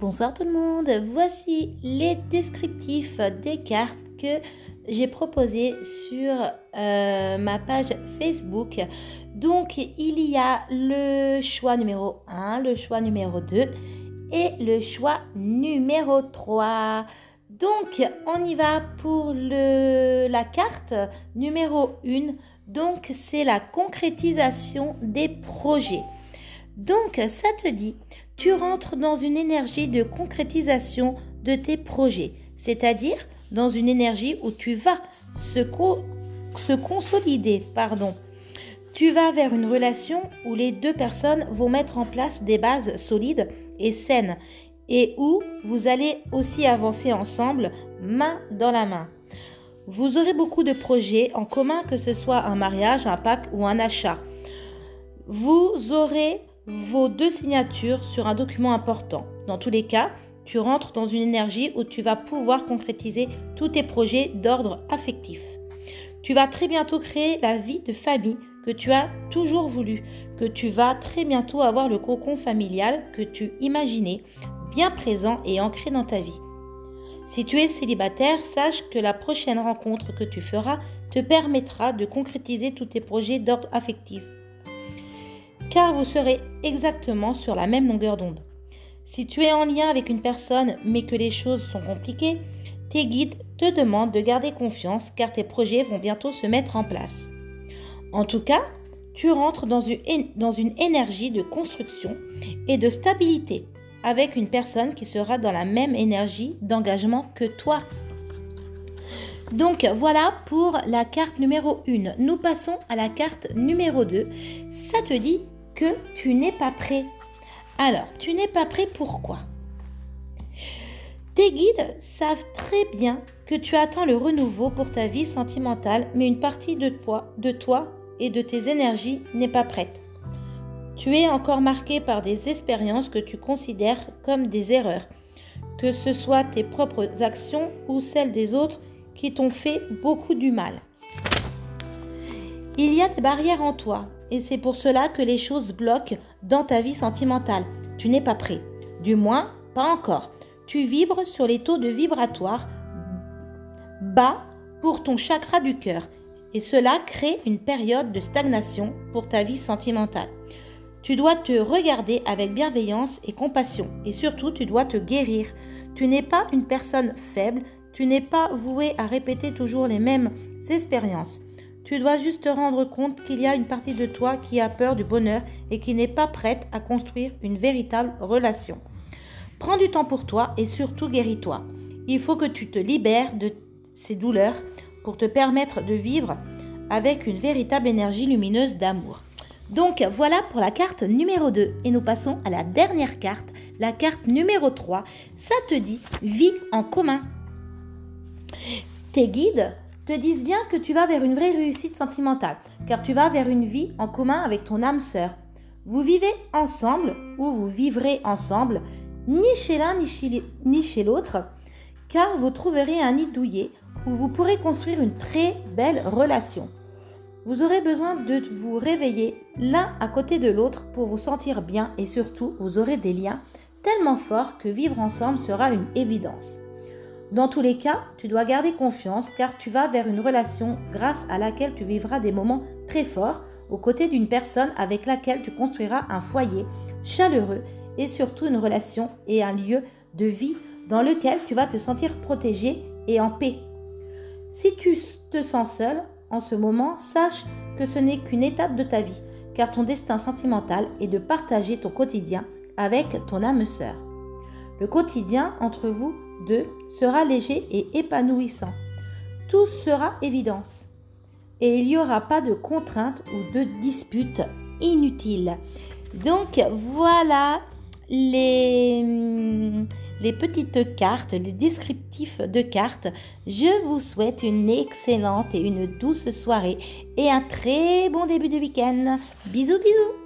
Bonsoir tout le monde, voici les descriptifs des cartes que j'ai proposés sur ma page Facebook. Donc il y a le choix numéro 1, le choix numéro 2 et le choix numéro 3. Donc on y va pour la carte numéro 1. Donc c'est la concrétisation des projets. Donc ça te dit, tu rentres dans une énergie de concrétisation de tes projets, c'est-à-dire dans une énergie où tu vas se consolider. Tu vas vers une relation où les deux personnes vont mettre en place des bases solides et saines et où vous allez aussi avancer ensemble, main dans la main. Vous aurez beaucoup de projets en commun, que ce soit un mariage, un pacte ou un achat. Vous aurez vos deux signatures sur un document important. Dans tous les cas, tu rentres dans une énergie où tu vas pouvoir concrétiser tous tes projets d'ordre affectif. Tu vas très bientôt créer la vie de famille que tu as toujours voulu, que tu vas très bientôt avoir le cocon familial que tu imaginais, bien présent et ancré dans ta vie. Si tu es célibataire, sache que la prochaine rencontre que tu feras te permettra de concrétiser tous tes projets d'ordre affectif, car vous serez exactement sur la même longueur d'onde. Si tu es en lien avec une personne mais que les choses sont compliquées, tes guides te demandent de garder confiance car tes projets vont bientôt se mettre en place. En tout cas, tu rentres dans une énergie de construction et de stabilité avec une personne qui sera dans la même énergie d'engagement que toi. Donc voilà pour la carte numéro 1. Nous passons à la carte numéro 2. Ça te dit que tu n'es pas prêt. Alors, tu n'es pas prêt, pourquoi? Tes guides savent très bien que tu attends le renouveau pour ta vie sentimentale, mais une partie de toi et de tes énergies n'est pas prête. Tu es encore marqué par des expériences que tu considères comme des erreurs, que ce soit tes propres actions ou celles des autres qui t'ont fait beaucoup du mal. Il y a des barrières en toi et c'est pour cela que les choses bloquent dans ta vie sentimentale. Tu n'es pas prêt, du moins pas encore. Tu vibres sur les taux de vibratoire bas pour ton chakra du cœur et cela crée une période de stagnation pour ta vie sentimentale. Tu dois te regarder avec bienveillance et compassion et surtout tu dois te guérir. Tu n'es pas une personne faible, tu n'es pas voué à répéter toujours les mêmes expériences. Tu dois juste te rendre compte qu'il y a une partie de toi qui a peur du bonheur et qui n'est pas prête à construire une véritable relation. Prends du temps pour toi et surtout guéris-toi. Il faut que tu te libères de ces douleurs pour te permettre de vivre avec une véritable énergie lumineuse d'amour. Donc voilà pour la carte numéro 2 et nous passons à la dernière carte, la carte numéro 3. Ça te dit vie en commun. Tes guides te disent bien que tu vas vers une vraie réussite sentimentale, car tu vas vers une vie en commun avec ton âme sœur. Vous vivez ensemble ou vous vivrez ensemble, ni chez l'un ni chez l'autre, car vous trouverez un nid douillet où vous pourrez construire une très belle relation. Vous aurez besoin de vous réveiller l'un à côté de l'autre pour vous sentir bien et surtout vous aurez des liens tellement forts que vivre ensemble sera une évidence. Dans tous les cas, tu dois garder confiance car tu vas vers une relation grâce à laquelle tu vivras des moments très forts aux côtés d'une personne avec laquelle tu construiras un foyer chaleureux et surtout une relation et un lieu de vie dans lequel tu vas te sentir protégé et en paix. Si tu te sens seul en ce moment, sache que ce n'est qu'une étape de ta vie car ton destin sentimental est de partager ton quotidien avec ton âme sœur. Le quotidien entre vous deux sera léger et épanouissant. Tout sera évidence. Et il n'y aura pas de contraintes ou de disputes inutiles. Donc voilà les petites cartes, les descriptifs de cartes. Je vous souhaite une excellente et une douce soirée et un très bon début de week-end. Bisous bisous.